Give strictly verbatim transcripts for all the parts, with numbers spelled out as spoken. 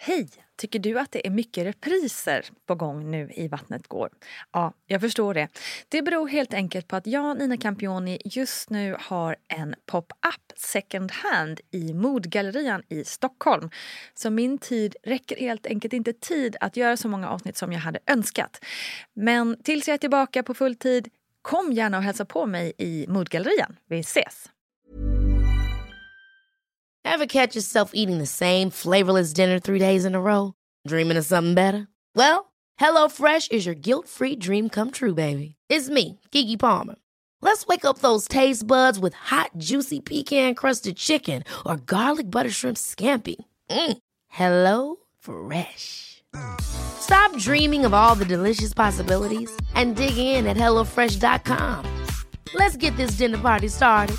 Hej! Tycker du att det är mycket repriser på gång nu i Vattnet går? Ja, jag förstår det. Det beror helt enkelt på att jag, Nina Campioni, just nu har en pop-up second hand i Modgallerian i Stockholm. Så min tid räcker helt enkelt inte tid att göra så många avsnitt som jag hade önskat. Men tills jag är tillbaka på full tid, kom gärna och hälsa på mig i Modgallerian. Vi ses! Ever catch yourself eating the same flavorless dinner three days in a row? Dreaming of something better? Well, HelloFresh is your guilt-free dream come true, baby. It's me, Keke Palmer. Let's wake up those taste buds with hot, juicy pecan-crusted chicken or garlic butter shrimp scampi. Mm. Hello Fresh. Stop dreaming of all the delicious possibilities and dig in at hello fresh dot com. Let's get this dinner party started.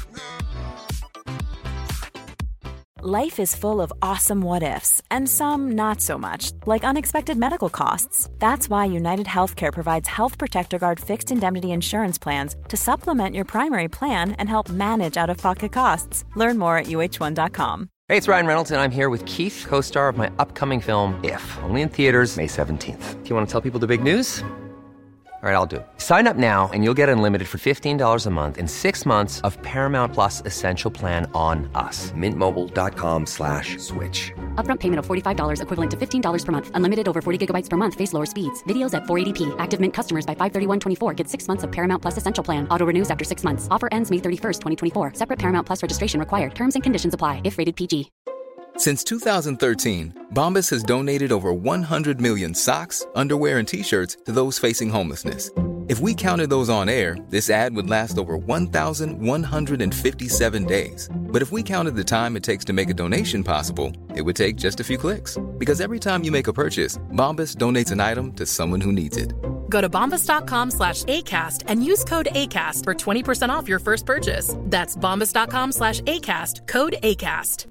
Life is full of awesome what-ifs, and some not so much, like unexpected medical costs. That's why United Healthcare provides Health Protector Guard fixed indemnity insurance plans to supplement your primary plan and help manage out-of-pocket costs. Learn more at U H one dot com. Hey, it's Ryan Reynolds, and I'm here with Keith, co-star of my upcoming film, If, only in theaters May seventeenth. Do you want to tell people the big news? All right, I'll do it. Sign up now and you'll get unlimited for fifteen dollars a month and six months of Paramount Plus Essential Plan on us. Mint Mobile dot com slash switch. Upfront payment of forty-five dollars equivalent to fifteen dollars per month. Unlimited over forty gigabytes per month. Face lower speeds. Videos at four eighty p. Active Mint customers by five thirty-one twenty-four get six months of Paramount Plus Essential Plan. Auto renews after six months. Offer ends May thirty-first, twenty twenty-four. Separate Paramount Plus registration required. Terms and conditions apply if rated P G. Since two thousand thirteen, Bombas has donated over one hundred million socks, underwear, and T-shirts to those facing homelessness. If we counted those on air, this ad would last over one thousand one hundred fifty-seven days. But if we counted the time it takes to make a donation possible, it would take just a few clicks. Because every time you make a purchase, Bombas donates an item to someone who needs it. Go to bombas dot com slash ACAST and use code ACAST for twenty percent off your first purchase. That's bombas dot com slash ACAST. Code ACAST.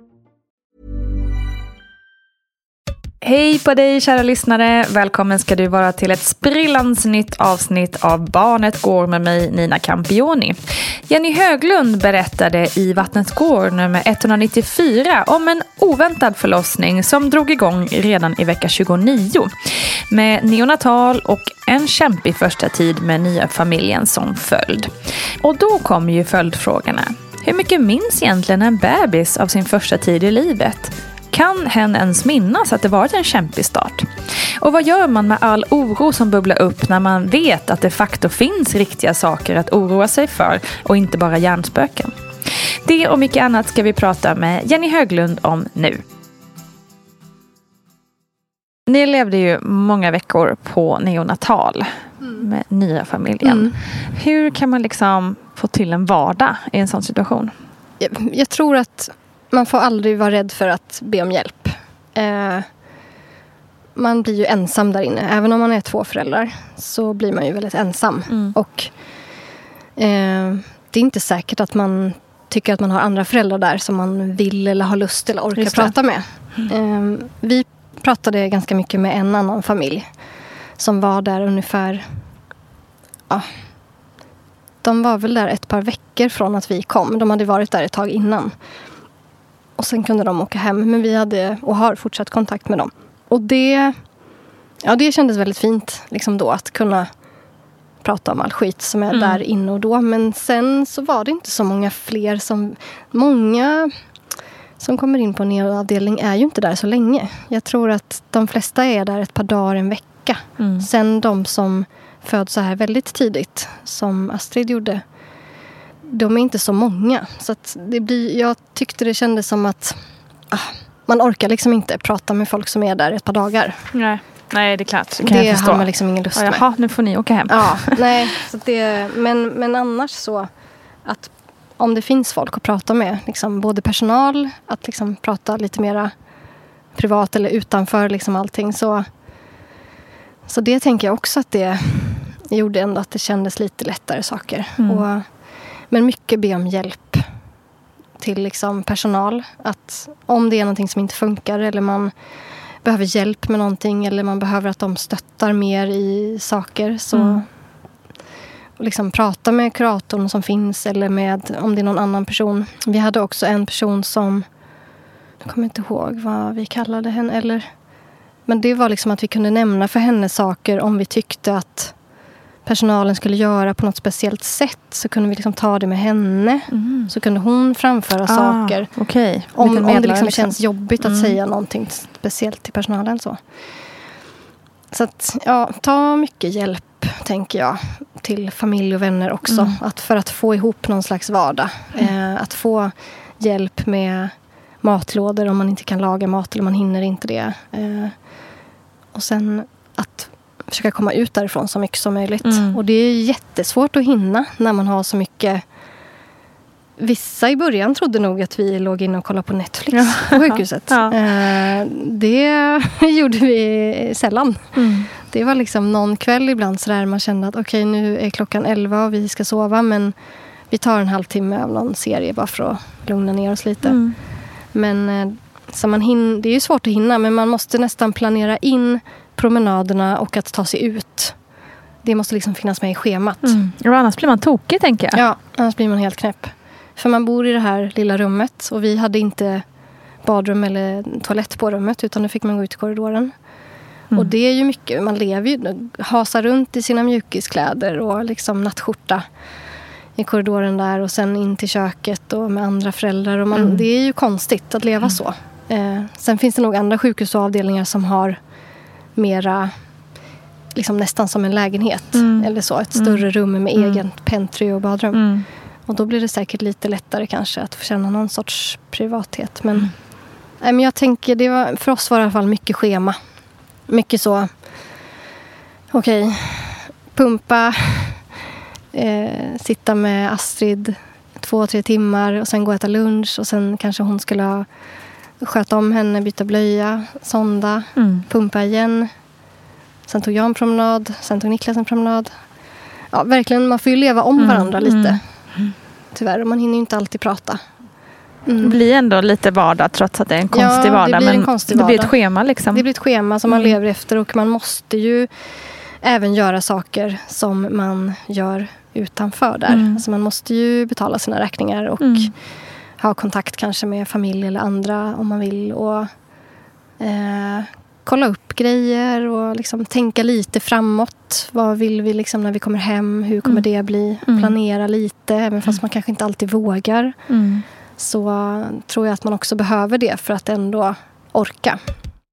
Hej på dig kära lyssnare, välkommen ska du vara till ett sprillans nytt avsnitt av Barnet går med mig Nina Campioni. Jenny Höglund berättade i Vattnet går nummer etthundranittiofyra om en oväntad förlossning som drog igång redan i vecka tjugonio. Med neonatal och en kämpig första tid med nya familjen som följd. Och då kom ju följdfrågorna. Hur mycket minns egentligen en bebis av sin första tid i livet? Kan hen ens minnas att det varit en kämpig start? Och vad gör man med all oro som bubblar upp när man vet att det facto finns riktiga saker att oroa sig för och inte bara hjärnspöken? Det och mycket annat ska vi prata med Jenny Höglund om nu. Ni levde ju många veckor på neonatal med nya familjen. Mm. Hur kan man liksom få till en vardag i en sån situation? Jag, jag tror att man får aldrig vara rädd för att be om hjälp. Eh, man blir ju ensam där inne. Även om man är två föräldrar så blir man ju väldigt ensam. Mm. Och eh, det är inte säkert att man tycker att man har andra föräldrar där som man vill eller har lust eller orkar prata med. Mm. Eh, vi pratade ganska mycket med en annan familj som var där ungefär... Ja, de var väl där ett par veckor från att vi kom. De hade varit där ett tag innan. Och sen kunde de åka hem. Men vi hade och har fortsatt kontakt med dem. Och det, ja, det kändes väldigt fint liksom då att kunna prata om all skit som är mm. där inne och då. Men sen så var det inte så många fler som... Många som kommer in på en neoavdelning är ju inte där så länge. Jag tror att de flesta är där ett par dagar, en vecka. Mm. Sen de som föds så här väldigt tidigt, som Astrid gjorde... De är inte så många. Så att det blir, jag tyckte det kändes som att ah, man orkar liksom inte prata med folk som är där ett par dagar. Nej, nej det är klart. Det, kan det jag förstå. har man liksom ingen lust ja, med. Jaha, nu får ni åka hem. Ja, nej. Så det, men, men annars så att om det finns folk att prata med, liksom, både personal, att liksom prata lite mera privat eller utanför liksom allting. Så, så det tänker jag också att det gjorde ändå att det kändes lite lättare saker. Mm. Och men mycket be om hjälp till liksom personal. Att om det är någonting som inte funkar eller man behöver hjälp med någonting eller man behöver att de stöttar mer i saker så mm. liksom prata med kuratorn som finns eller med om det är någon annan person. Vi hade också en person som jag kommer inte ihåg vad vi kallade henne eller Men det var liksom att vi kunde nämna för henne saker om vi tyckte att personalen skulle göra på något speciellt sätt. Så kunde vi liksom ta det med henne. Mm. Så kunde hon framföra ah, saker. Okay. Om, om det liksom, liksom känns jobbigt att mm. säga någonting speciellt till personalen. Så, så att, ja, ta mycket hjälp, tänker jag. Till familj och vänner också. Mm. Att för att få ihop någon slags vardag. Mm. Eh, att få hjälp med matlådor om man inte kan laga mat eller man hinner inte det. Eh, och sen att försöka komma ut därifrån så mycket som möjligt. Mm. Och det är jättesvårt att hinna när man har så mycket. Vissa i början trodde nog att vi låg in och kollade på Netflix ja. på sjukhuset. Ja. Eh, det gjorde vi sällan. Mm. Det var liksom någon kväll ibland så där man kände att okej, okay, nu är klockan elva och vi ska sova, men vi tar en halvtimme av någon serie bara för att lugna ner oss lite. Mm. Men eh, så man hin- det är ju svårt att hinna, men man måste nästan planera in promenaderna och att ta sig ut. Det måste liksom finnas med i schemat. Mm. Och annars blir man tokig, tänker jag. Ja, annars blir man helt knäpp. För man bor i det här lilla rummet och vi hade inte badrum eller toalett på rummet, utan då fick man gå ut i korridoren. Mm. Och det är ju mycket, man lever ju, hasar runt i sina mjukiskläder och liksom nattskjorta i korridoren där och sen in till köket och med andra föräldrar. Och man, mm. det är ju konstigt att leva mm. så. Eh, sen finns det nog andra sjukhusavdelningar som har mera, liksom nästan som en lägenhet mm. eller så. Ett större mm. rum med mm. egen pentry och badrum. Mm. Och då blir det säkert lite lättare kanske att få känna någon sorts privathet. Men, mm. nej, men jag tänker, det var, för oss var det i alla fall mycket schema. Mycket så, okej, okay, pumpa, eh, sitta med Astrid två, tre timmar och sen gå och äta lunch och sen kanske hon skulle ha, sköta om henne, byta blöja, sonda, mm. pumpa igen. Sen tog jag en promenad, sen tog Niklas en promenad. Ja, verkligen, man får ju leva om varandra mm. lite. Mm. Tyvärr, man hinner ju inte alltid prata. Mm. Det blir ändå lite vardag trots att det är en konstig ja, vardag. Det blir, men en konstig det vardag. blir ett schema liksom. Det blir ett schema som man mm. lever efter och man måste ju även göra saker som man gör utanför där. Mm. Alltså man måste ju betala sina räkningar och mm. ha kontakt kanske med familj eller andra om man vill och eh, kolla upp grejer och liksom tänka lite framåt. Vad vill vi liksom när vi kommer hem? Hur kommer mm. det bli? Planera lite, även fast man kanske inte alltid vågar. Mm. Så tror jag att man också behöver det för att ändå orka.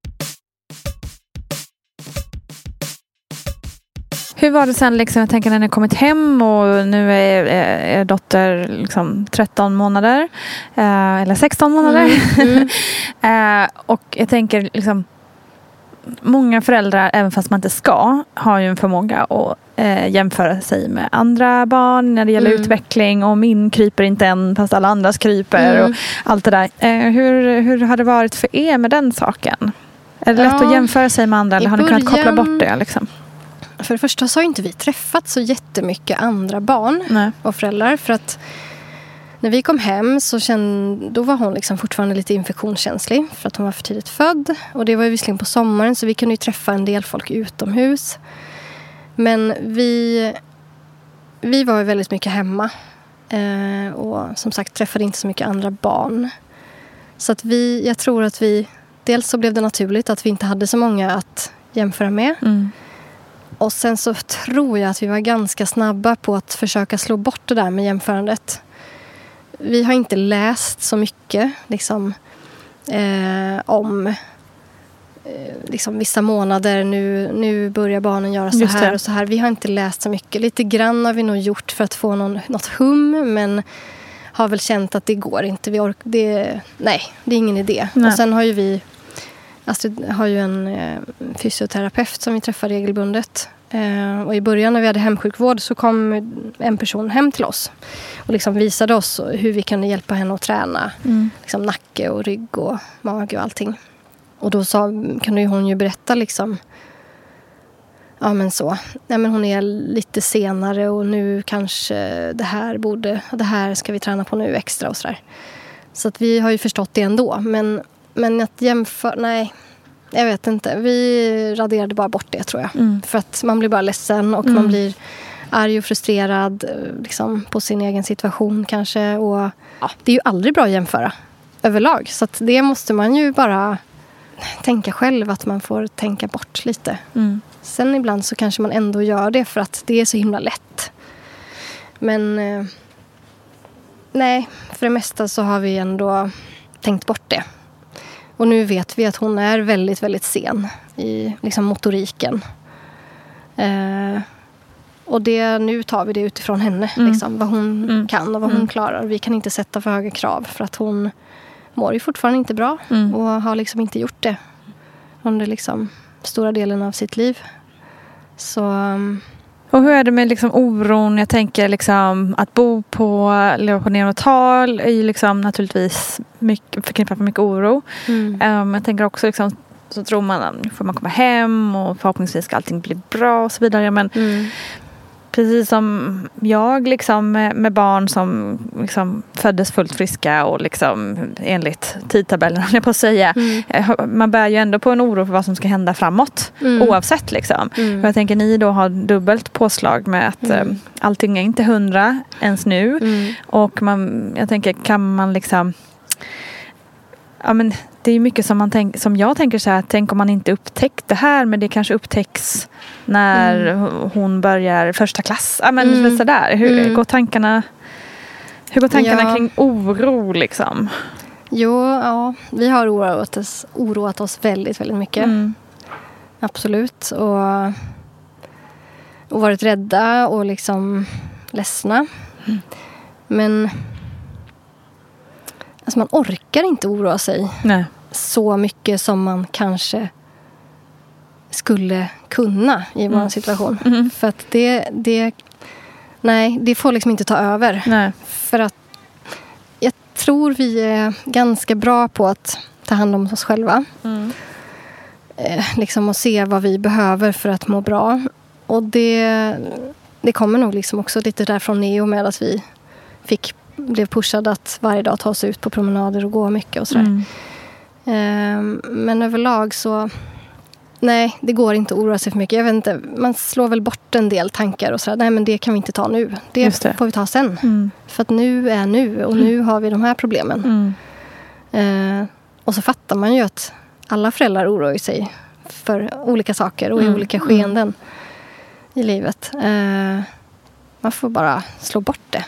Hur var det sen liksom, jag tänker när ni kommit hem och nu är, är, är dotter liksom tretton månader eh, eller sexton månader mm. Mm. eh, och jag tänker liksom många föräldrar, även fast man inte ska, har ju en förmåga att eh, jämföra sig med andra barn när det gäller mm. utveckling och min kryper inte än fast alla andras kryper mm. och allt det där. Eh, hur, hur har det varit för er med den saken? Är det lätt ja, att jämföra sig med andra eller har början, ni kunnat koppla bort det liksom? För det första så har inte vi träffat så jättemycket andra barn Nej. och föräldrar för att när vi kom hem så kände, då var hon liksom fortfarande lite infektionskänslig för att hon var för tidigt född. Och det var ju visserligen på sommaren så vi kunde ju träffa en del folk utomhus. Men vi, vi var ju väldigt mycket hemma. Eh, och som sagt träffade inte så mycket andra barn. Så att vi, jag tror att vi, dels så blev det naturligt att vi inte hade så många att jämföra med. Mm. Och sen så tror jag att vi var ganska snabba på att försöka slå bort det där med jämförandet. Vi har inte läst så mycket liksom, eh, om eh, liksom, vissa månader. Nu, nu börjar barnen göra så här och så här. Vi har inte läst så mycket. Lite grann har vi nog gjort för att få någon, något hum. Men har väl känt att det går inte. Vi ork- det, nej, det är ingen idé. Nej. Och sen har ju vi... Astrid har ju en eh, fysioterapeut som vi träffar regelbundet. Eh, och i början när vi hade hemsjukvård så kom en person hem till oss. Och liksom visade oss hur vi kunde hjälpa henne att träna. Mm. Liksom nacke och rygg och mage och allting. Och då sa, kunde ju hon ju berätta liksom. Ja men så. Nej, men hon är lite senare och nu kanske det här borde. Det här ska vi träna på nu extra och sådär. Så att vi har ju förstått det ändå. Men... Men att jämföra, nej, jag vet inte. Vi raderade bara bort det tror jag. Mm. För att man blir bara ledsen och mm. man blir arg och frustrerad liksom, på sin egen situation kanske. Och ja, det är ju aldrig bra att jämföra överlag. Så att det måste man ju bara tänka själv att man får tänka bort lite. Mm. Sen ibland så kanske man ändå gör det för att det är så himla lätt. Men eh, nej, för det mesta så har vi ändå tänkt bort det. Och nu vet vi att hon är väldigt, väldigt sen i liksom motoriken. Eh, och det, nu tar vi det utifrån henne. Mm. Liksom, vad hon mm. kan och vad mm. hon klarar. Vi kan inte sätta för höga krav för att hon mår ju fortfarande inte bra. Mm. Och har liksom inte gjort det under liksom stora delen av sitt liv. Så... Um, Och hur är det med liksom oron? Jag tänker liksom att bo på, leva på neonatal är ju liksom naturligtvis mycket, förknippat med mycket oro. mm. Um, jag tänker också liksom, så tror man att nu får man komma hem och förhoppningsvis ska allting bli bra och så vidare. Men Mm. precis som jag liksom med, med barn som liksom föddes fullt friska och liksom enligt tidtabellen, jag på att säga, Mm. man bär ju ändå på en oro för vad som ska hända framåt Mm. oavsett liksom. Mm. Och jag tänker ni då har dubbelt påslag med att Mm. eh, allting är inte hundra ens nu. Mm. Och man, jag tänker, kan man liksom... Ja, men det är mycket som, man tänk, som jag tänker så här, tänk om man inte upptäckt det här, men det kanske upptäcks när Mm. hon börjar första klass. Ja, men Mm. sådär. Hur Mm. går tankarna, hur går tankarna Ja. kring oro liksom? Jo, ja. Vi har oroat oss, oroat oss väldigt, väldigt mycket. Mm. Absolut. Och, och varit rädda och liksom ledsna. Mm. Men alltså man orkar inte oroa sig Nej. så mycket som man kanske skulle kunna i Mm. vår situation. Mm. För att det, det, nej, det får liksom inte ta över. Nej. För att jag tror vi är ganska bra på att ta hand om oss själva. Mm. Eh, liksom att se vad vi behöver för att må bra. Och det, det kommer nog liksom också lite där från Neo med att vi fick, blev pushade att varje dag ta oss ut på promenader och gå mycket och sådär. Mm. Eh, men överlag så nej, det går inte att oroa sig för mycket. Jag vet inte, man slår väl bort en del tankar och sådär. Nej, men det kan vi inte ta nu. Det, Just det. får vi ta sen. Mm. För att nu är nu och nu har vi de här problemen. Mm. Eh, och så fattar man ju att alla föräldrar oroar sig för olika saker och i Mm. olika skeenden i livet. Eh, man får bara slå bort det.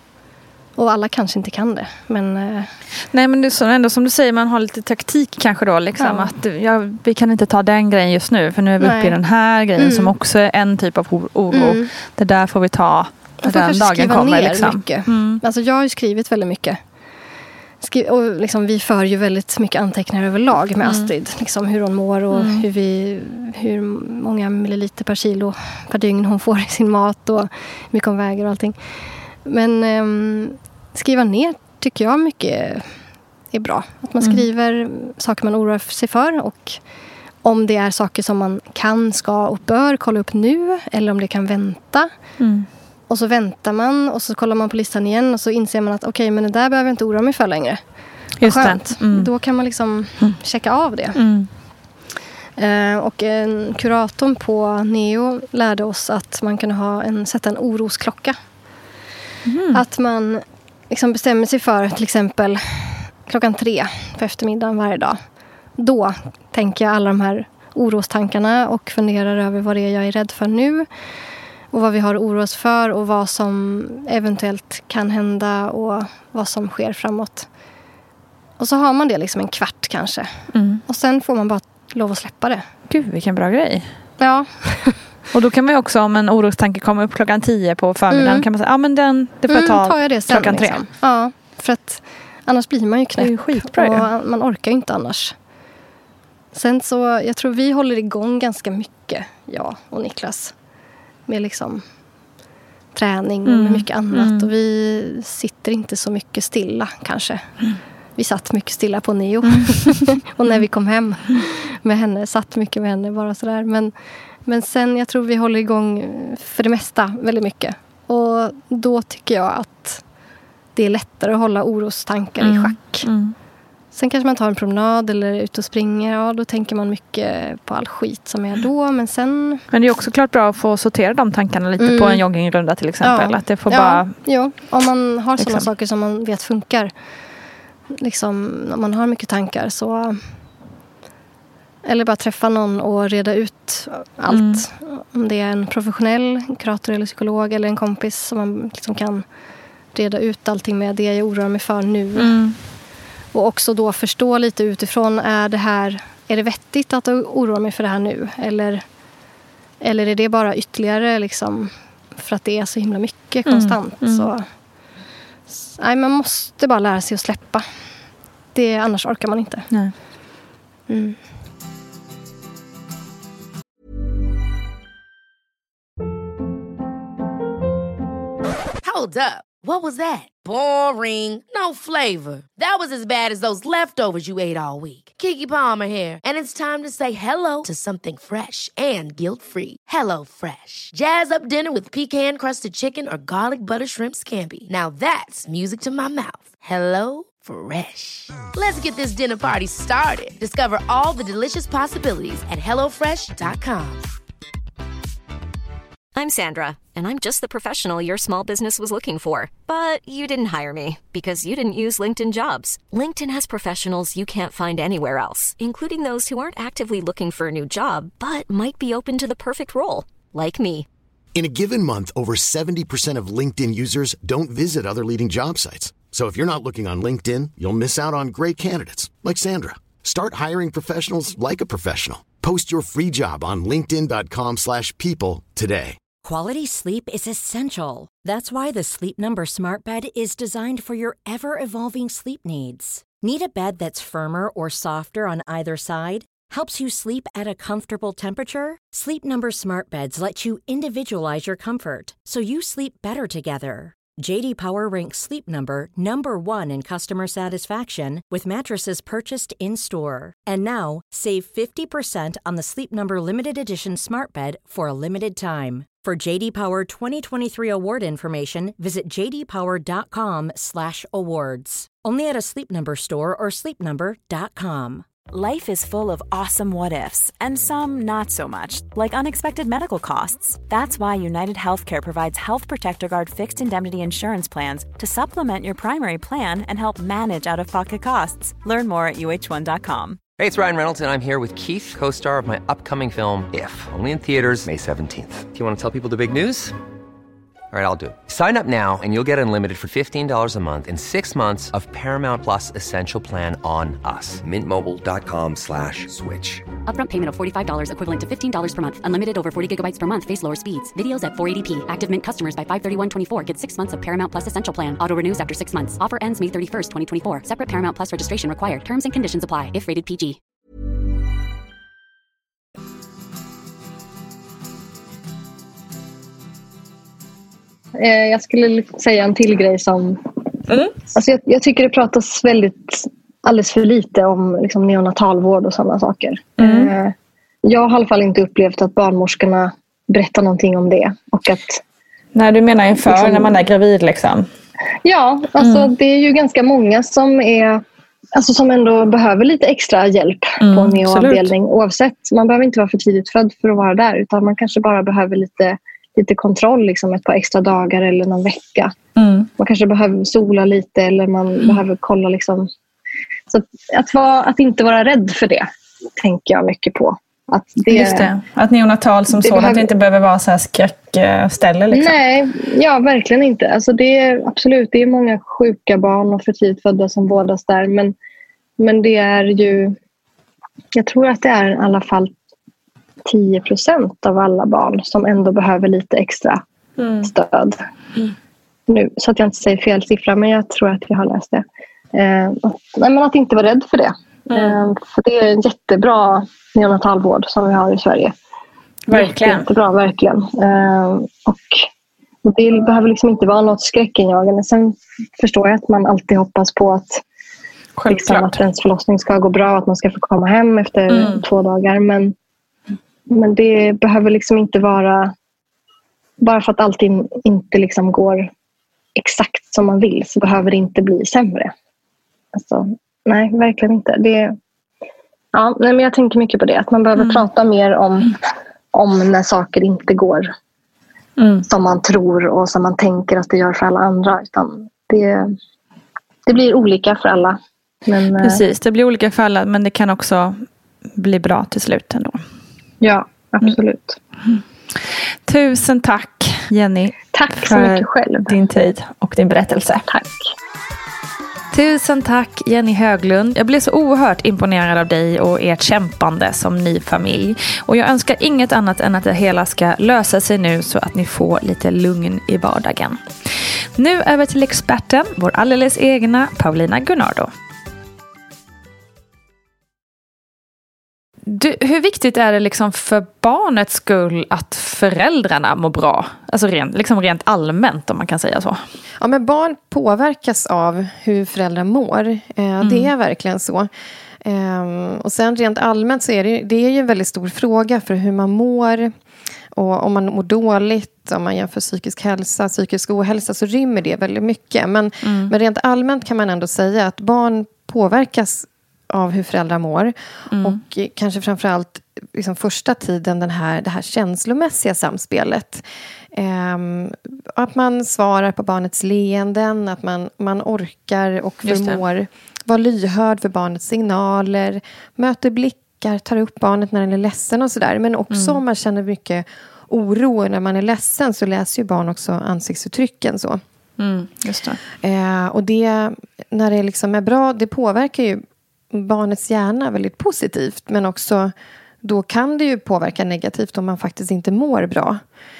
Och alla kanske inte kan det. Men, eh, Nej, men det är så, ändå som du säger, man har lite taktik kanske då. Liksom, Ja. att ja, vi kan inte ta den grejen just nu. För nu är vi Nej. uppe i den här grejen Mm. som också är en typ av o- oro. Mm. Det där får vi ta när man får den kanske dagen skriva kommer. ner Liksom. mycket. Mm. Alltså jag har ju skrivit väldigt mycket. Skri- och liksom, vi för ju väldigt mycket anteckningar överlag med Mm. Astrid. Liksom hur hon mår och Mm. hur, vi, hur många milliliter per kilo per dygn hon får i sin mat och hur mycket hon väger och allting. Men ehm, skriva ner tycker jag mycket är bra. Att man Mm. skriver saker man oroar sig för och om det är saker som man kan, ska och bör kolla upp nu eller om det kan vänta. Mm. Och så väntar man och så kollar man på listan igen och så inser man att okej, okay, men det där behöver jag inte oroa mig för längre. Just Vad det. skönt. Mm. Då kan man liksom Mm. checka av det. Mm. Eh, och en kuratorn på Neo lärde oss att man kunde ha en, sätta en orosklocka. Mm. Att man liksom bestämmer sig för till exempel klockan tre på eftermiddagen varje dag. Då tänker jag alla de här orostankarna och funderar över vad det är jag är rädd för nu. Och vad vi har oro oss för och vad som eventuellt kan hända och vad som sker framåt. Och så har man det liksom en kvart kanske. Mm. Och sen får man bara lov att släppa det. Gud, vilken bra grej. Ja. Och då kan man ju också, om en orostanke kommer upp klockan tio på förmiddagen, Mm. kan man säga, ja men den, det får jag ta Mm, tar jag det sen, klockan tre. liksom. Ja, för att annars blir man ju knäpp. Det är ju skitbra ju. och man orkar ju inte annars. Sen så, jag tror vi håller igång ganska mycket, jag och Niklas. Med liksom träning och Mm. med mycket annat. Mm. Och vi sitter inte så mycket stilla kanske. Mm. Vi satt mycket stilla på Neo. Och när vi kom hem med henne, satt mycket med henne bara sådär. Men, men sen, jag tror vi håller igång för det mesta väldigt mycket. Och då tycker jag att det är lättare att hålla orostankar Mm. i schack. Mm. Sen kanske man tar en promenad eller ut och springer. Ja, då tänker man mycket på all skit som är då. Men sen... Men det är också klart bra att få sortera de tankarna lite Mm. på en joggingrunda till exempel. Ja. Att det får ja, bara... ja, om man har sådana liksom. saker som man vet funkar. Liksom, om man har mycket tankar så Eller bara träffa någon och reda ut allt. Mm. Om det är en professionell kurator eller psykolog eller en kompis som man liksom kan reda ut allting med. Det jag oroar mig för nu. Mm. Och också då förstå lite utifrån, är det här, är det vettigt att oroa mig för det här nu? Eller, eller är det bara ytterligare liksom, för att det är så himla mycket konstant? Mm. Mm. Så, nej, man måste bara lära sig att släppa. Det, annars orkar man inte. Nej. Mm. Hold up. What was that? Boring. No flavor. That was as bad as those leftovers you ate all week. Keke Palmer here, and it's time to say hello to something fresh and guilt-free. Hello Fresh. Jazz up dinner with pecan-crusted chicken or garlic butter shrimp scampi. Now that's music to my mouth. Hello Fresh. Let's get this dinner party started. Discover all the delicious possibilities at hello fresh dot com. I'm Sandra, and I'm just the professional your small business was looking for. But you didn't hire me because you didn't use LinkedIn Jobs. LinkedIn has professionals you can't find anywhere else, including those who aren't actively looking for a new job, but might be open to the perfect role, like me. In a given month, over seventy percent of LinkedIn users don't visit other leading job sites. So if you're not looking on LinkedIn, you'll miss out on great candidates, like Sandra. Start hiring professionals like a professional. Post your free job on linkedin dot com slash people today. Quality sleep is essential. That's why the Sleep Number Smart Bed is designed for your ever-evolving sleep needs. Need a bed that's firmer or softer on either side? Helps you sleep at a comfortable temperature? Sleep Number Smart Beds let you individualize your comfort, so you sleep better together. J D Power ranks Sleep Number number one in customer satisfaction with mattresses purchased in-store. And now, save fifty percent on the Sleep Number Limited Edition Smart Bed for a limited time. For J D Power twenty twenty-three award information, visit j d power dot com slash awards. Only at a Sleep Number store or sleep number dot com. Life is full of awesome what-ifs, and some not so much, like unexpected medical costs. That's why United Healthcare provides Health Protector Guard fixed indemnity insurance plans to supplement your primary plan and help manage out-of-pocket costs. Learn more at u h one dot com. Hey, it's Ryan Reynolds, and I'm here with Keith, co-star of my upcoming film, If, only in theaters May seventeenth. Do you want to tell people the big news? All right, I'll do it. Sign up now and you'll get unlimited for fifteen dollars a month and six months of Paramount Plus Essential Plan on us. Mint Mobile dot com slash switch. Upfront payment of forty-five dollars equivalent to fifteen dollars per month. Unlimited over forty gigabytes per month. Face lower speeds. Videos at four eighty p. Active Mint customers by five thirty-one twenty-four get six months of Paramount Plus Essential Plan. Auto renews after six months. Offer ends May thirty-first, twenty twenty-four. Separate Paramount Plus registration required. Terms and conditions apply if rated P G. Jag skulle säga en till grej som... Mm. Alltså jag, jag tycker det pratas väldigt alldeles för lite om liksom neonatalvård och sådana saker. Mm. Jag har i alla fall inte upplevt att barnmorskorna berättar någonting om det. Och att, Nej, du menar inför liksom, när man är gravid liksom? Ja, alltså mm. det är ju ganska många som är... Alltså som ändå behöver lite extra hjälp mm, på en neoavdelning. Oavsett, man behöver inte vara för tidigt född för att vara där. Utan man kanske bara behöver lite... lite kontroll, liksom ett par extra dagar eller någon vecka. Mm. Man kanske behöver sola lite eller man mm. behöver kolla liksom. Så att, att, vara, att inte vara rädd för det tänker jag mycket på. Att det, Just det, att neonatal som sådant behöver... inte behöver vara så här skräckställe. Liksom. Nej, ja verkligen inte. Alltså det är absolut, det är många sjuka barn och för tidigt födda som vårdas där. Men, men det är ju, jag tror att det är i alla fall tio procent av alla barn som ändå behöver lite extra mm. stöd. Mm. Nu, så att jag inte säger fel siffra, men jag tror att vi har läst det. Eh, att, nej, men att inte vara rädd för det. Mm. Eh, för det är en jättebra neonatalvård som vi har i Sverige. Verkligen. Jättebra, verkligen. Eh, och det behöver liksom inte vara något skräckinjagande. Sen förstår jag att man alltid hoppas på att, liksom, att ens förlossning ska gå bra, att man ska få komma hem efter mm. två dagar. Men Men det behöver liksom inte vara... Bara för att allting inte liksom går exakt som man vill så behöver det inte bli sämre. Alltså, nej, verkligen inte. Det, ja, nej, men jag tänker mycket på det. Att man behöver mm. prata mer om, om när saker inte går mm. som man tror och som man tänker att det gör för alla andra. Utan det, det blir olika för alla. Men, precis, det blir olika för alla, men det kan också... bli bra till slut ändå. Ja, absolut. Mm. Tusen tack, Jenny. Tack så mycket själv. Din tid och din berättelse. Tack. Tusen tack, Jenny Höglund. Jag blev så oerhört imponerad av dig och ert kämpande som ny familj. Och jag önskar inget annat än att det hela ska lösa sig nu så att ni får lite lugn i vardagen. Nu över till experten, vår alldeles egna Paulina Gunnardo. Du, hur viktigt är det liksom för barnets skull att föräldrarna mår bra? Alltså rent, liksom rent allmänt, om man kan säga så. Ja, men barn påverkas av hur föräldrar mår. Eh, mm. Det är verkligen så. Eh, och sen rent allmänt så är det, det är ju en väldigt stor fråga för hur man mår. Och om man mår dåligt, om man jämför psykisk hälsa, psykisk ohälsa, så rymmer det väldigt mycket. Men, mm. men rent allmänt kan man ändå säga att barn påverkas av hur föräldrar mår. Mm. Och kanske framförallt liksom första tiden den här, det här känslomässiga samspelet. Um, att man svarar på barnets leenden, att man, man orkar och förmår vara lyhörd för barnets signaler, möter blickar, tar upp barnet när den är ledsen och sådär. Men också mm. om man känner mycket oro när man är ledsen, så läser ju barn också ansiktsuttrycken så. Mm, just det. Uh, och det, när det liksom är bra, det påverkar ju barnets hjärna väldigt positivt, men också då kan det ju påverka negativt om man faktiskt inte mår bra.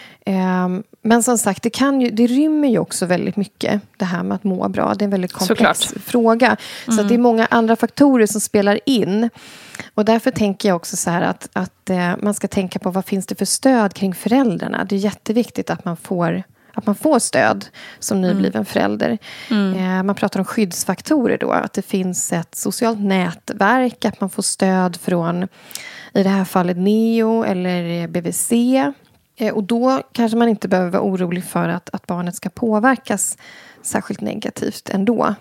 Eh, men som sagt, det, kan ju, det rymmer ju också väldigt mycket det här med att må bra. Det är en väldigt komplex Såklart. fråga. Mm. Så att det är många andra faktorer som spelar in. Och därför tänker jag också så här att, att eh, man ska tänka på vad finns det för stöd kring föräldrarna. Det är jätteviktigt att man får Att man får stöd som nybliven mm. förälder. Mm. Eh, man pratar om skyddsfaktorer då. Att det finns ett socialt nätverk. Att man får stöd från, i det här fallet, N E O eller B V C. Eh, och då kanske man inte behöver vara orolig för att, att barnet ska påverkas särskilt negativt ändå.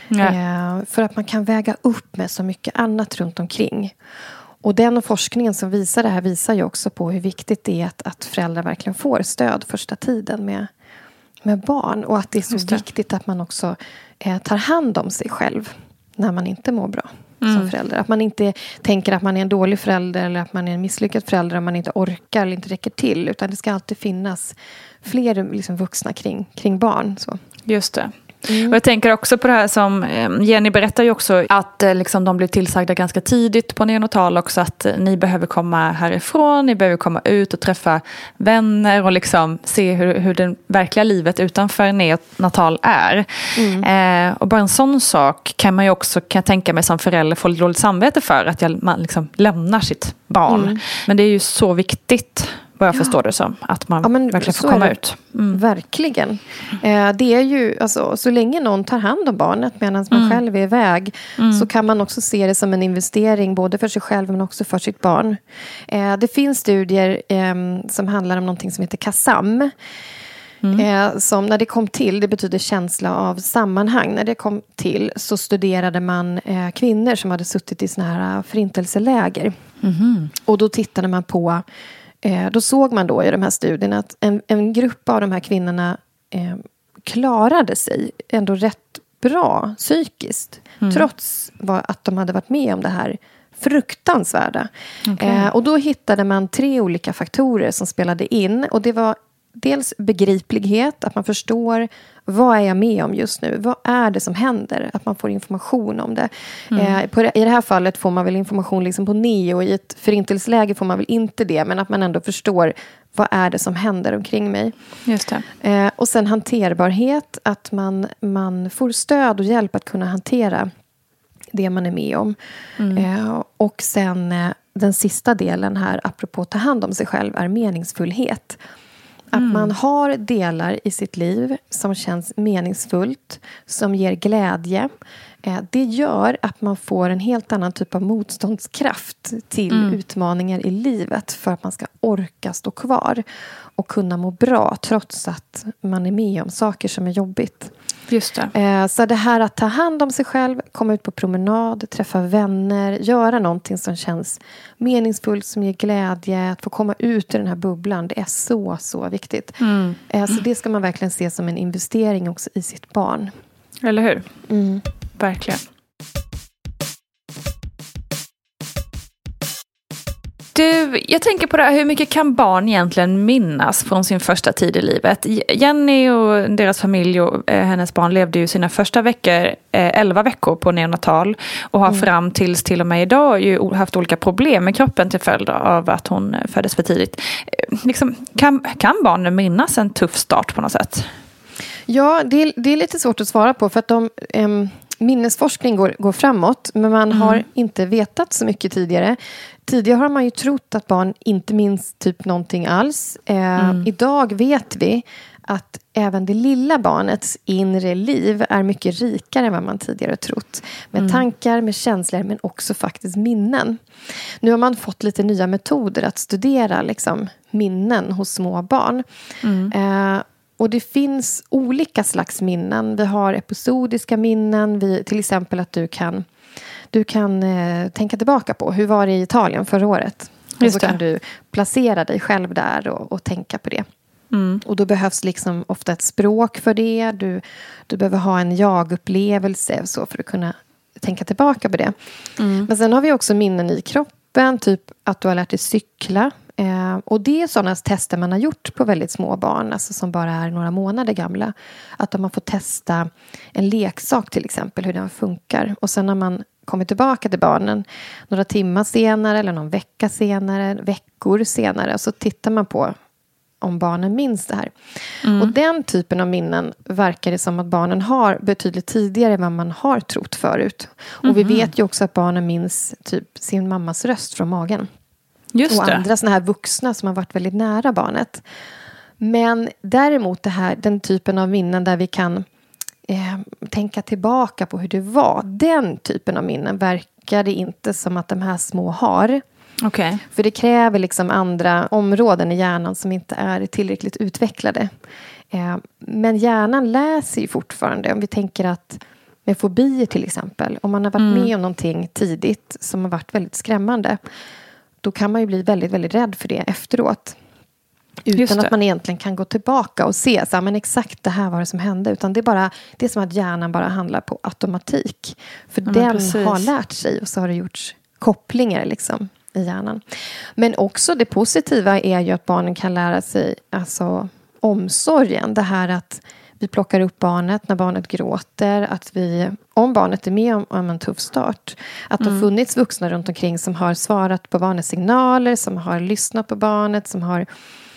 Eh, för att man kan väga upp med så mycket annat runt omkring. Och den forskningen som visar det här visar ju också på hur viktigt det är att, att föräldrar verkligen får stöd första tiden med, med barn. Och att det är så viktigt att man också eh, tar hand om sig själv när man inte mår bra mm. som förälder. Att man inte tänker att man är en dålig förälder eller att man är en misslyckad förälder om man inte orkar eller inte räcker till. Utan det ska alltid finnas fler liksom, vuxna kring, kring barn. Så. Just det. Mm. Och jag tänker också på det här som Jenny berättar ju också att liksom, de blev tillsagda ganska tidigt på neonatal också att ni behöver komma härifrån, ni behöver komma ut och träffa vänner och liksom se hur, hur det verkliga livet utanför neonatal är. Mm. Eh, och bara en sån sak kan man ju också, kan jag tänka mig som förälder, få dåligt samvete för att jag, man liksom lämnar sitt barn. Mm. Men det är ju så viktigt. Vad jag ja. förstår det som. Att man ja, men verkligen får komma ut. Mm. Verkligen. Eh, det är ju, alltså, så länge någon tar hand om barnet medan man mm. själv är iväg. Mm. Så kan man också se det som en investering. Både för sig själv men också för sitt barn. Eh, det finns studier eh, som handlar om någonting som heter KASAM. Mm. Eh, som när det kom till, det betyder känsla av sammanhang. När det kom till så studerade man eh, kvinnor som hade suttit i såna här förintelseläger. Mm. Och då tittade man på Då såg man då i de här studierna att en, en grupp av de här kvinnorna eh, klarade sig ändå rätt bra psykiskt. Mm. Trots att de hade varit med om det här fruktansvärda. Okay. Eh, och då hittade man tre olika faktorer som spelade in. Och det var dels begriplighet, att man förstår vad är jag med om just nu? Vad är det som händer? Att man får information om det. Mm. Eh, på, I det här fallet får man väl information liksom på N E O. I ett förintelseläge får man väl inte det. Men att man ändå förstår vad är det som händer omkring mig. Just det. Eh, och sen hanterbarhet. Att man, man får stöd och hjälp att kunna hantera det man är med om. Mm. Eh, och sen eh, den sista delen här, apropå ta hand om sig själv, är meningsfullhet. Att mm. man har delar i sitt liv som känns meningsfullt, som ger glädje. Eh, det gör att man får en helt annan typ av motståndskraft till mm. utmaningar i livet. För att man ska orka stå kvar och kunna må bra trots att man är med om saker som är jobbigt. Just det. Eh, så det här att ta hand om sig själv, komma ut på promenad, träffa vänner, göra någonting som känns meningsfullt, som ger glädje, att få komma ut i den här bubblan, det är så, så viktigt. Mm. Eh, så det ska man verkligen se som en investering också i sitt barn. Eller hur? Mm. Verkligen. Du, jag tänker på det här, hur mycket kan barn egentligen minnas från sin första tid i livet? Jenny och deras familj och eh, hennes barn levde ju sina första veckor, eh, elva veckor på neonatal och har mm. fram tills till och med idag ju haft olika problem med kroppen till följd av att hon föddes för tidigt. Eh, liksom, kan, kan barnen minnas en tuff start på något sätt? Ja, det är, det är lite svårt att svara på för att de... Um... minnesforskning går, går framåt, men man mm. har inte vetat så mycket tidigare. Tidigare har man ju trott att barn inte minns typ någonting alls. Eh, mm. Idag vet vi att även det lilla barnets inre liv är mycket rikare än vad man tidigare trott. Med mm. tankar, med känslor, men också faktiskt minnen. Nu har man fått lite nya metoder att studera liksom, minnen hos små barn. Mm. Eh, Och det finns olika slags minnen. Vi har episodiska minnen. Vi, till exempel att du kan, du kan eh, tänka tillbaka på. Hur var det i Italien förra året? Och så kan du placera dig själv där och, och tänka på det. Mm. Och då behövs liksom ofta ett språk för det. Du, du behöver ha en jag-upplevelse så för att kunna tänka tillbaka på det. Mm. Men sen har vi också minnen i kroppen. Typ att du har lärt dig cykla. Eh, och det är sådana tester man har gjort på väldigt små barn, alltså som bara är några månader gamla. Att de har fått testa en leksak till exempel, hur den funkar. Och sen när man kommer tillbaka till barnen några timmar senare eller någon vecka senare, veckor senare, så tittar man på om barnen minns det här. Mm. Och den typen av minnen verkar det som att barnen har betydligt tidigare än vad man har trott förut. Och mm. vi vet ju också att barnen minns typ sin mammas röst från magen. Just och det. Andra såna här vuxna som har varit väldigt nära barnet. Men däremot det här, den typen av minnen där vi kan eh, tänka tillbaka på hur det var. Den typen av minnen verkar det inte som att de här små har. Okay. För det kräver liksom andra områden i hjärnan som inte är tillräckligt utvecklade. Eh, men hjärnan läser ju fortfarande. Om vi tänker att med fobier till exempel. Om man har varit mm. med om någonting tidigt som har varit väldigt skrämmande. Då kan man ju bli väldigt, väldigt rädd för det efteråt. Utan att man egentligen kan gå tillbaka och se så här, men exakt det här var det som hände. Utan det är bara, det är som att hjärnan bara handlar på automatik. För ja, den har lärt sig och så har det gjorts kopplingar liksom i hjärnan. Men också det positiva är ju att barnen kan lära sig alltså omsorgen. Det här att vi plockar upp barnet när barnet gråter. Att vi, om barnet är med om, om en tuff start. Att mm. det har funnits vuxna runt omkring som har svarat på barnets signaler. Som har lyssnat på barnet. Som har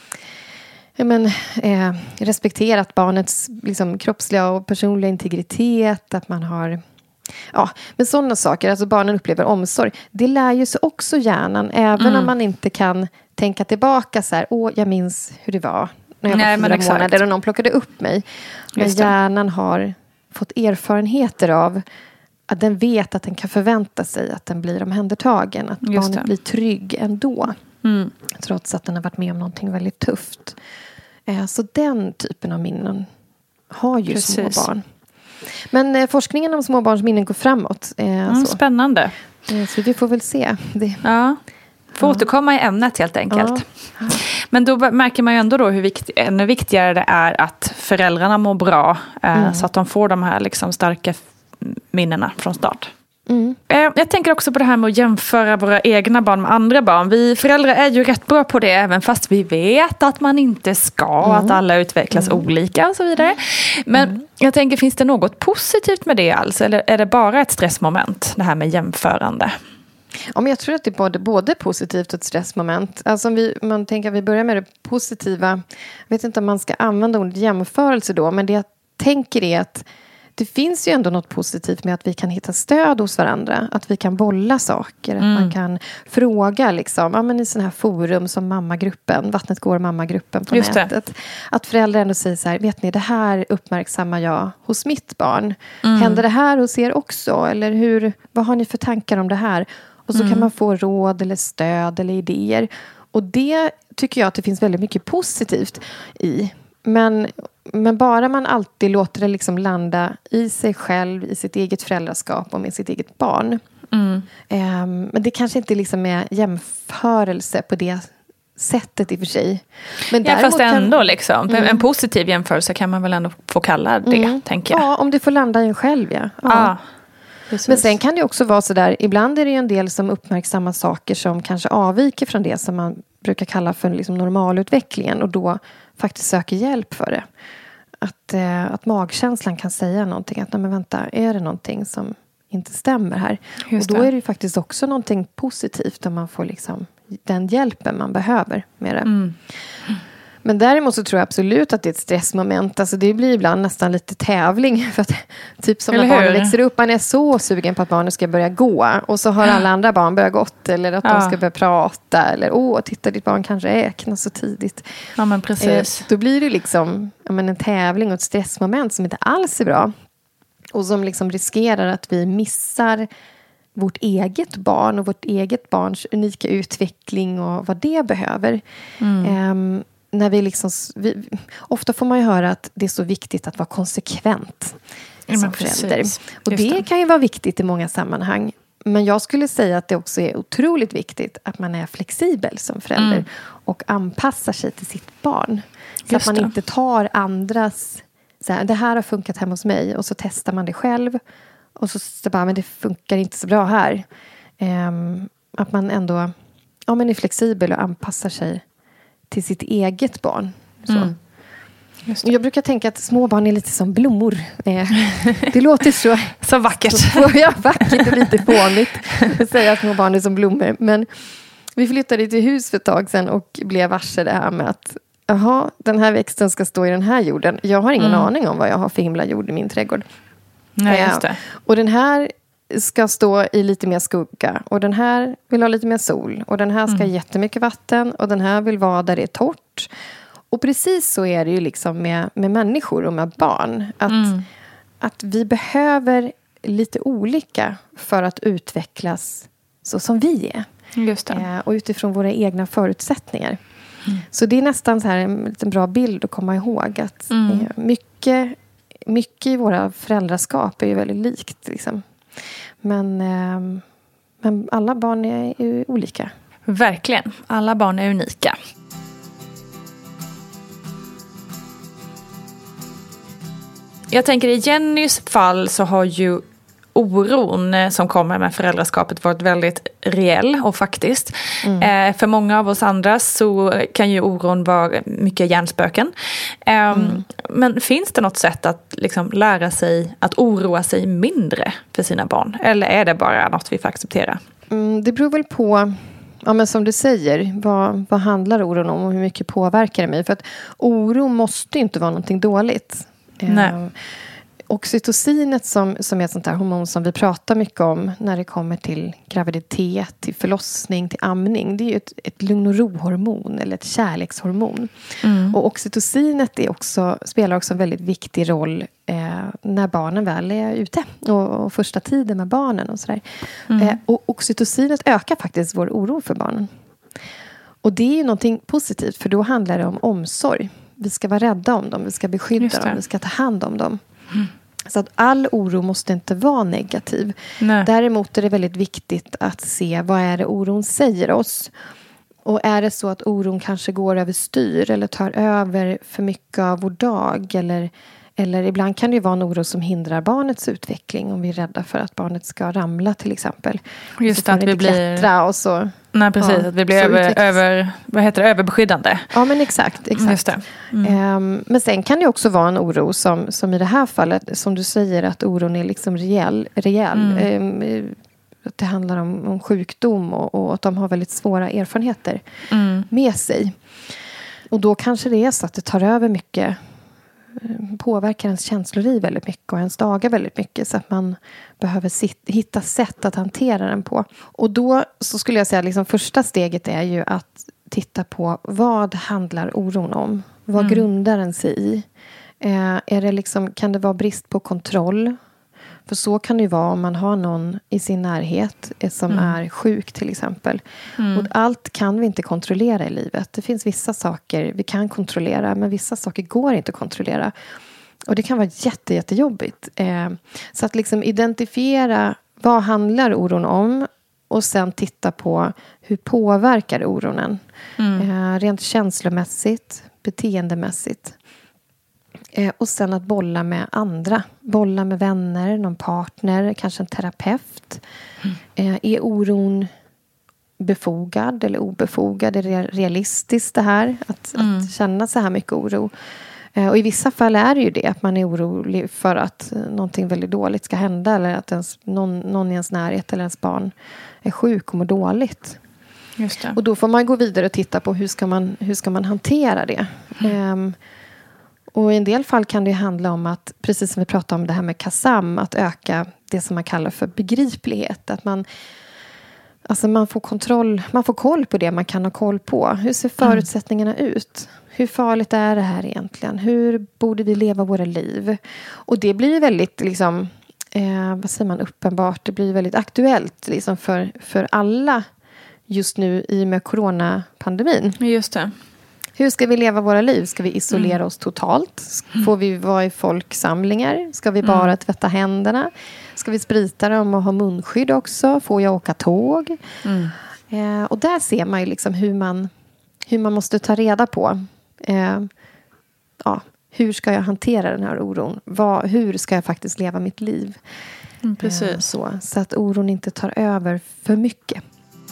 ja, men, eh, respekterat barnets liksom, kroppsliga och personliga integritet. Att man har... Ja, men sådana saker. Alltså barnen upplever omsorg. Det lär ju sig också hjärnan. Även mm. om man inte kan tänka tillbaka så här. Åh, jag minns hur det var. När jag var Nej, fyra men månader och någon plockade upp mig. Men hjärnan har fått erfarenheter av att den vet att den kan förvänta sig att den blir omhändertagen. Att Just barnet det. blir trygg ändå. Mm. Trots att den har varit med om någonting väldigt tufft. Eh, så den typen av minnen har ju Precis. små barn. Men eh, forskningen om småbarns minnen går framåt. Eh, mm, så. Spännande. Eh, så vi får väl se. Det. Ja. Får ja. återkomma i ämnet helt enkelt. Ja. Men då märker man ju ändå då hur vikt, ännu viktigare det är att föräldrarna mår bra. Eh, mm. Så att de får de här liksom starka minnena från start. Mm. Eh, jag tänker också på det här med att jämföra våra egna barn med andra barn. Vi föräldrar är ju rätt bra på det. Även fast vi vet att man inte ska. Mm. Att alla utvecklas mm. olika och så vidare. Men mm. jag tänker, finns det något positivt med det alls? Eller är det bara ett stressmoment? Det här med jämförande. Ja, men jag tror att det är både, både positivt och ett stressmoment. Alltså om vi, man tänker att vi börjar med det positiva. Jag vet inte om man ska använda ordet jämförelse då. Men det jag tänker är att det finns ju ändå något positivt med att vi kan hitta stöd hos varandra. Att vi kan bolla saker. Mm. Att man kan fråga liksom. Ja, men i sådana här forum som mammagruppen. Vattnet går mammagruppen på Just nätet. Det. Att föräldrar ändå säger så här. Vet ni, det här uppmärksammar jag hos mitt barn. Mm. Händer det här hos er också? Eller hur, vad har ni för tankar om det här? Och så mm. kan man få råd eller stöd eller idéer. Och det tycker jag att det finns väldigt mycket positivt i. Men, men bara man alltid låter det liksom landa i sig själv, i sitt eget föräldraskap och med sitt eget barn. Mm. Um, men det kanske inte liksom är jämförelse på det sättet i och för sig. Men ja, fast ändå kan, liksom. Mm. En positiv jämförelse kan man väl ändå få kalla det, mm. tänker jag. Ja, om det får landa i en själv, ja. ja. Ah. Precis. Men sen kan det också vara så där, ibland är det ju en del som uppmärksammar saker som kanske avviker från det som man brukar kalla för liksom normalutvecklingen och då faktiskt söker hjälp för det. Att, eh, att magkänslan kan säga någonting, att nej men vänta, är det någonting som inte stämmer här? Just och då det. Är det ju faktiskt också någonting positivt om man får liksom den hjälpen man behöver med det. Mm. Men däremot så tror jag absolut att det är ett stressmoment. Alltså det blir ibland nästan lite tävling. För att, typ som när barnen växer upp. Man är så sugen på att barnen ska börja gå. Och så har alla andra barn börjat gått. Eller att ja. de ska börja prata. Eller åh, titta ditt barn kan räkna så tidigt. Ja men precis. Eh, då blir det liksom ja, men en tävling och ett stressmoment som inte alls är bra. Och som liksom riskerar att vi missar vårt eget barn. Och vårt eget barns unika utveckling. Och vad det behöver. Mm. Eh, När vi liksom, vi, ofta får man ju höra att det är så viktigt att vara konsekvent ja, som förälder. Just och det, det kan ju vara viktigt i många sammanhang. Men jag skulle säga att det också är otroligt viktigt att man är flexibel som förälder. Mm. Och anpassar sig till sitt barn. Så just att man det. inte tar andras, så här, det här har funkat hemma hos mig. Och så testar man det själv. Och så, så bara, men det funkar inte så bra här. Um, att man ändå ja, men är flexibel och anpassar sig till sitt eget barn. Så. Mm. Just det. Jag brukar tänka att små barn är lite som blommor. Det låter så... så vackert. Så, ja, vackert och lite fånigt att säga att små barn är som blommor. Men vi flyttade till hus för ett tag sedan och blev varse det här med att jaha, den här växten ska stå i den här jorden. Jag har ingen mm. aning om vad jag har för himla jord i min trädgård. Nej, just det. Och den här ska stå i lite mer skugga. Och den här vill ha lite mer sol. Och den här ska mm. ha jättemycket vatten. Och den här vill vara där det är torrt. Och precis så är det ju liksom med, med människor och med barn. Att, mm. att vi behöver lite olika för att utvecklas så som vi är. Just det. Eh, och utifrån våra egna förutsättningar. Mm. Så det är nästan så här en liten bra bild att komma ihåg. Att mm. eh, mycket, mycket i våra föräldraskap är ju väldigt likt liksom. Men, eh, men alla barn är ju olika. Verkligen. Alla barn är unika. Jag tänker i Jennys fall så har ju oron som kommer med föräldraskapet varit väldigt reell och faktiskt. Mm. Eh, för många av oss andra så kan ju oron vara mycket hjärnspöken. Eh, mm. Men finns det något sätt att liksom lära sig att oroa sig mindre för sina barn? Eller är det bara något vi får acceptera? Mm, det beror väl på, ja, men som du säger, vad, vad handlar oron om och hur mycket påverkar det mig? För att oro måste inte vara någonting dåligt. Nej. Eh, Oxytocinet som, som är ett sånt här hormon som vi pratar mycket om när det kommer till graviditet, till förlossning, till amning. Det är ju ett, ett lugn- och ro-hormon eller ett kärlekshormon. Mm. Och oxytocinet är också, spelar också en väldigt viktig roll eh, när barnen väl är ute. Och, och första tiden med barnen och sådär. Mm. Eh, och oxytocinet ökar faktiskt vår oro för barnen. Och det är ju någonting positivt för då handlar det om omsorg. Vi ska vara rädda om dem, vi ska beskydda dem, vi ska ta hand om dem. Mm. Så att all oro måste inte vara negativ. Nej. Däremot är det väldigt viktigt att se vad är det oron säger oss. Och är det så att oron kanske går över styr eller tar över för mycket av vår dag. Eller, eller ibland kan det ju vara en oro som hindrar barnets utveckling. Om vi är rädda för att barnet ska ramla till exempel. Just så att vi blir... klättra och så... Nej, precis. Ja, att vi blir över, över, vad heter det, överbeskyddande. Ja, men exakt. exakt. Just det. Mm. Um, men sen kan det också vara en oro som, som i det här fallet, som du säger, att oron är liksom rejäl. rejäl. Mm. Um, att det handlar om, om sjukdom och, och att de har väldigt svåra erfarenheter mm. med sig. Och då kanske det är så att det tar över mycket, påverkar ens känsloliv väldigt mycket och ens dagar väldigt mycket så att man behöver sit, hitta sätt att hantera den på. Och då så skulle jag säga att liksom första steget är ju att titta på vad handlar oron om? Vad mm. grundar den sig i? Eh, är det liksom, kan det vara brist på kontroll? För så kan det ju vara om man har någon i sin närhet som mm. är sjuk till exempel. Mm. Och allt kan vi inte kontrollera i livet. Det finns vissa saker vi kan kontrollera men vissa saker går inte att kontrollera. Och det kan vara jätte, jättejobbigt. Eh, så att liksom identifiera vad handlar oron om och sen titta på hur påverkar oron en. Mm. Eh, rent känslomässigt, beteendemässigt. Eh, och sen att bolla med andra. Bolla med vänner, någon partner, kanske en terapeut. Mm. Eh, är oron befogad eller obefogad? Är det realistiskt det här? Att, mm. att känna så här mycket oro. Eh, och i vissa fall är det ju det. Att man är orolig för att någonting väldigt dåligt ska hända. Eller att ens, någon, någon i ens närhet eller ens barn är sjuk och mår dåligt. Just det. Och då får man gå vidare och titta på hur ska man, hur ska man hantera det. Mm. Eh, Och i en del fall kan det handla om att, precis som vi pratade om det här med KASAM, att öka det som man kallar för begriplighet. Att man, alltså man får kontroll, man får koll på det man kan ha koll på. Hur ser förutsättningarna mm. ut? Hur farligt är det här egentligen? Hur borde vi leva våra liv? Och det blir väldigt, liksom, eh, vad säger man, uppenbart. Det blir väldigt aktuellt liksom, för, för alla just nu i och med coronapandemin. Just det. Hur ska vi leva våra liv? Ska vi isolera mm. oss totalt? Får vi vara i folksamlingar? Ska vi bara mm. tvätta händerna? Ska vi sprita dem och ha munskydd också? Får jag åka tåg? Mm. Eh, och där ser man ju liksom hur man, hur man måste ta reda på. Eh, ja, hur ska jag hantera den här oron? Vad, hur ska jag faktiskt leva mitt liv? Mm, precis. Eh, så, så att oron inte tar över för mycket.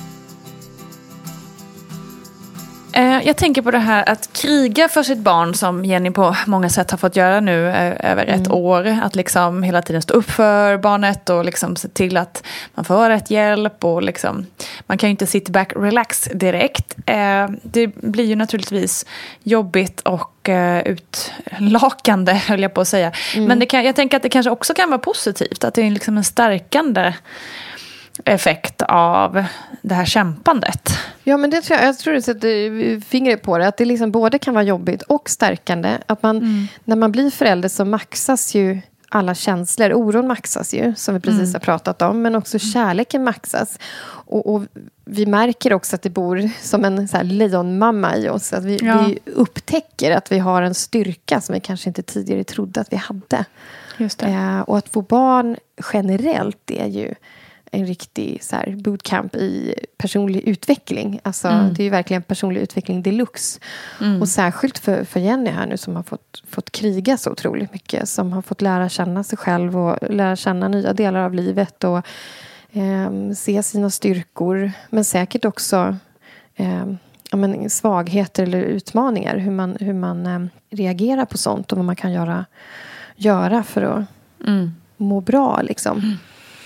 Jag tänker på det här att kriga för sitt barn, som Jenny på många sätt har fått göra nu över ett mm. år. Att liksom hela tiden stå upp för barnet och liksom se till att man får rätt hjälp. Och liksom, man kan ju inte sit back, relax direkt. Det blir ju naturligtvis jobbigt och utlakande, höll jag på att säga. Mm. Men det kan, jag tänker att det kanske också kan vara positivt. Att det är liksom en stärkande effekt av det här kämpandet. Ja, men det tror jag, jag tror du sätter fingret på det. Att det liksom både kan vara jobbigt och stärkande. Att man, mm. när man blir förälder så maxas ju alla känslor. Oron maxas ju, som vi precis mm. har pratat om. Men också kärleken maxas. Och, och vi märker också att det bor som en så här lejonmamma i oss. Att vi, ja. vi upptäcker att vi har en styrka som vi kanske inte tidigare trodde att vi hade. Just det. Eh, och att få barn generellt är ju en riktig så här, bootcamp i personlig utveckling. Alltså, mm. det är ju verkligen personlig utveckling deluxe. Mm. Och särskilt för, för Jenny här nu som har fått, fått kriga så otroligt mycket. Som har fått lära känna sig själv och lära känna nya delar av livet. Och eh, se sina styrkor. Men säkert också eh, ja, men, svagheter eller utmaningar. Hur man, hur man eh, reagerar på sånt och vad man kan göra, göra för att mm. må bra liksom. Mm.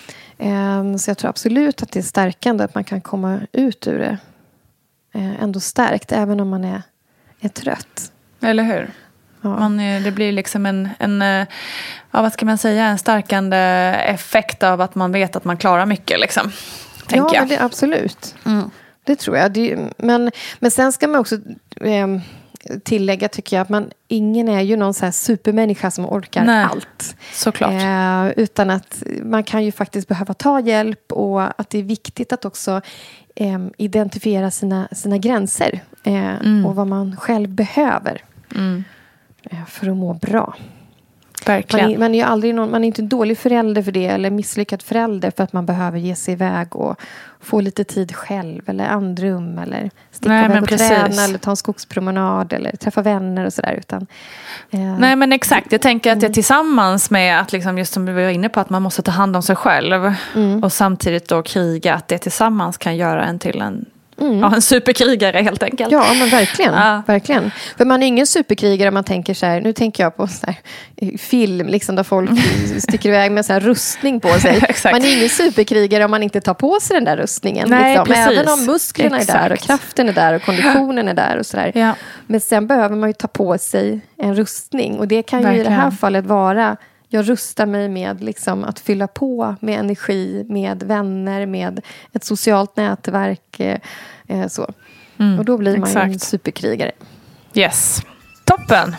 Så jag tror absolut att det är stärkande att man kan komma ut ur det ändå stärkt, även om man är, är trött. Eller hur? Ja. Man, det blir liksom en, en ja, vad ska man säga, en stärkande effekt av att man vet att man klarar mycket liksom, tänker ja, jag. Men det, absolut. Mm. Det tror jag. Det, men, men sen ska man också eh, tillägga, tycker jag, att man, ingen är ju någon så här supermänniska som orkar Nej, allt. Såklart. Eh, utan att man kan ju faktiskt behöva ta hjälp, och att det är viktigt att också eh, identifiera sina, sina gränser eh, mm. och vad man själv behöver mm. eh, för att må bra. Verkligen. Man är, man är ju aldrig någon, man är inte en dålig förälder för det, eller misslyckad förälder för att man behöver ge sig iväg och få lite tid själv, eller andrum, eller sticka Nej, iväg och precis. träna, eller ta en skogspromenad, eller träffa vänner och sådär. Utan, eh, Nej, men exakt. Jag tänker att det tillsammans med att liksom, just som vi var inne på, att man måste ta hand om sig själv mm. och samtidigt då kriga, att det tillsammans kan göra en till en Mm. Ja, en superkrigare helt enkelt. Ja, men verkligen, ja. verkligen. För man är ingen superkrigare om man tänker så här, nu tänker jag på så här, film liksom, där folk sticker iväg med så här rustning på sig. Man är ingen superkrigare om man inte tar på sig den där rustningen. Nej, liksom. precis. Även om musklerna Exakt. är där och kraften är där och konditionen är där och sådär. Ja. Men sen behöver man ju ta på sig en rustning, och det kan ju verkligen. i det här fallet vara, jag rustar mig med liksom, att fylla på med energi, med vänner, med ett socialt nätverk. Eh, så. Mm, och då blir man exakt. en superkrigare. Yes. Toppen!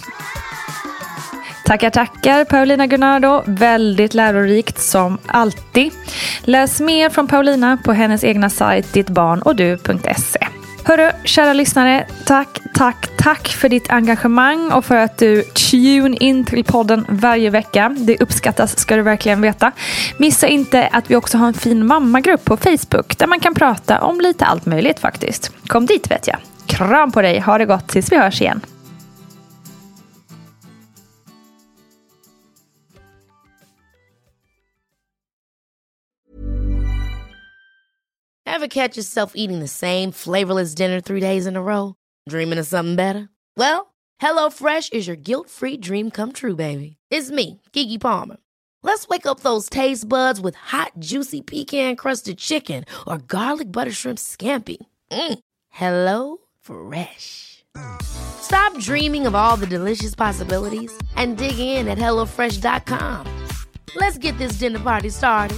Tackar, tackar Paulina Gunnardo. Väldigt lärorikt som alltid. Läs mer från Paulina på hennes egna sajt ditt barn och du punkt se. Hörru, kära lyssnare, tack, tack, tack för ditt engagemang och för att du tune in till podden varje vecka. Det uppskattas, ska du verkligen veta. Missa inte att vi också har en fin mammagrupp på Facebook där man kan prata om lite allt möjligt faktiskt. Kom dit, vet jag. Kram på dig, ha det gott tills vi hörs igen. catch yourself eating the same flavorless dinner three days in a row? Dreaming of something better? Well, HelloFresh is your guilt-free dream come true, baby. It's me, Keke Palmer. Let's wake up those taste buds with hot, juicy pecan-crusted chicken or garlic butter shrimp scampi. Mm. Hello Fresh. Stop dreaming of all the delicious possibilities and dig in at hello fresh dot com. Let's get this dinner party started.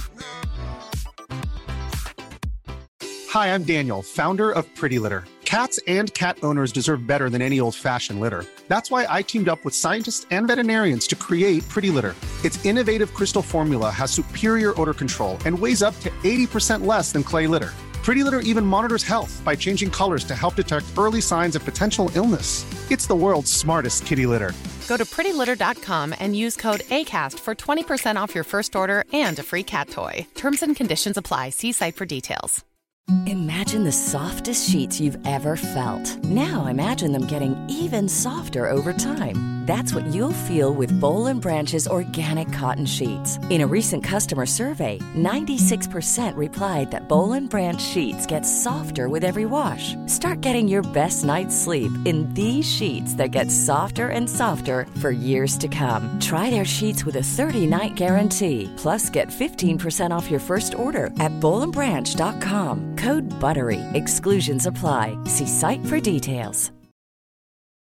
Hi, I'm Daniel, founder of Pretty Litter. Cats and cat owners deserve better than any old-fashioned litter. That's why I teamed up with scientists and veterinarians to create Pretty Litter. Its innovative crystal formula has superior odor control and weighs up to eighty percent less than clay litter. Pretty Litter even monitors health by changing colors to help detect early signs of potential illness. It's the world's smartest kitty litter. Go to pretty litter dot com and use code ACAST for twenty percent off your first order and a free cat toy. Terms and conditions apply. See site for details. Imagine the softest sheets you've ever felt. Now imagine them getting even softer over time. That's what you'll feel with Boll and Branch's organic cotton sheets. In a recent customer survey, ninety-six percent replied that Boll and Branch sheets get softer with every wash. Start getting your best night's sleep in these sheets that get softer and softer for years to come. Try their sheets with a thirty-night guarantee. Plus, get fifteen percent off your first order at boll and branch dot com. Code BUTTERY. Exclusions apply. See site for details.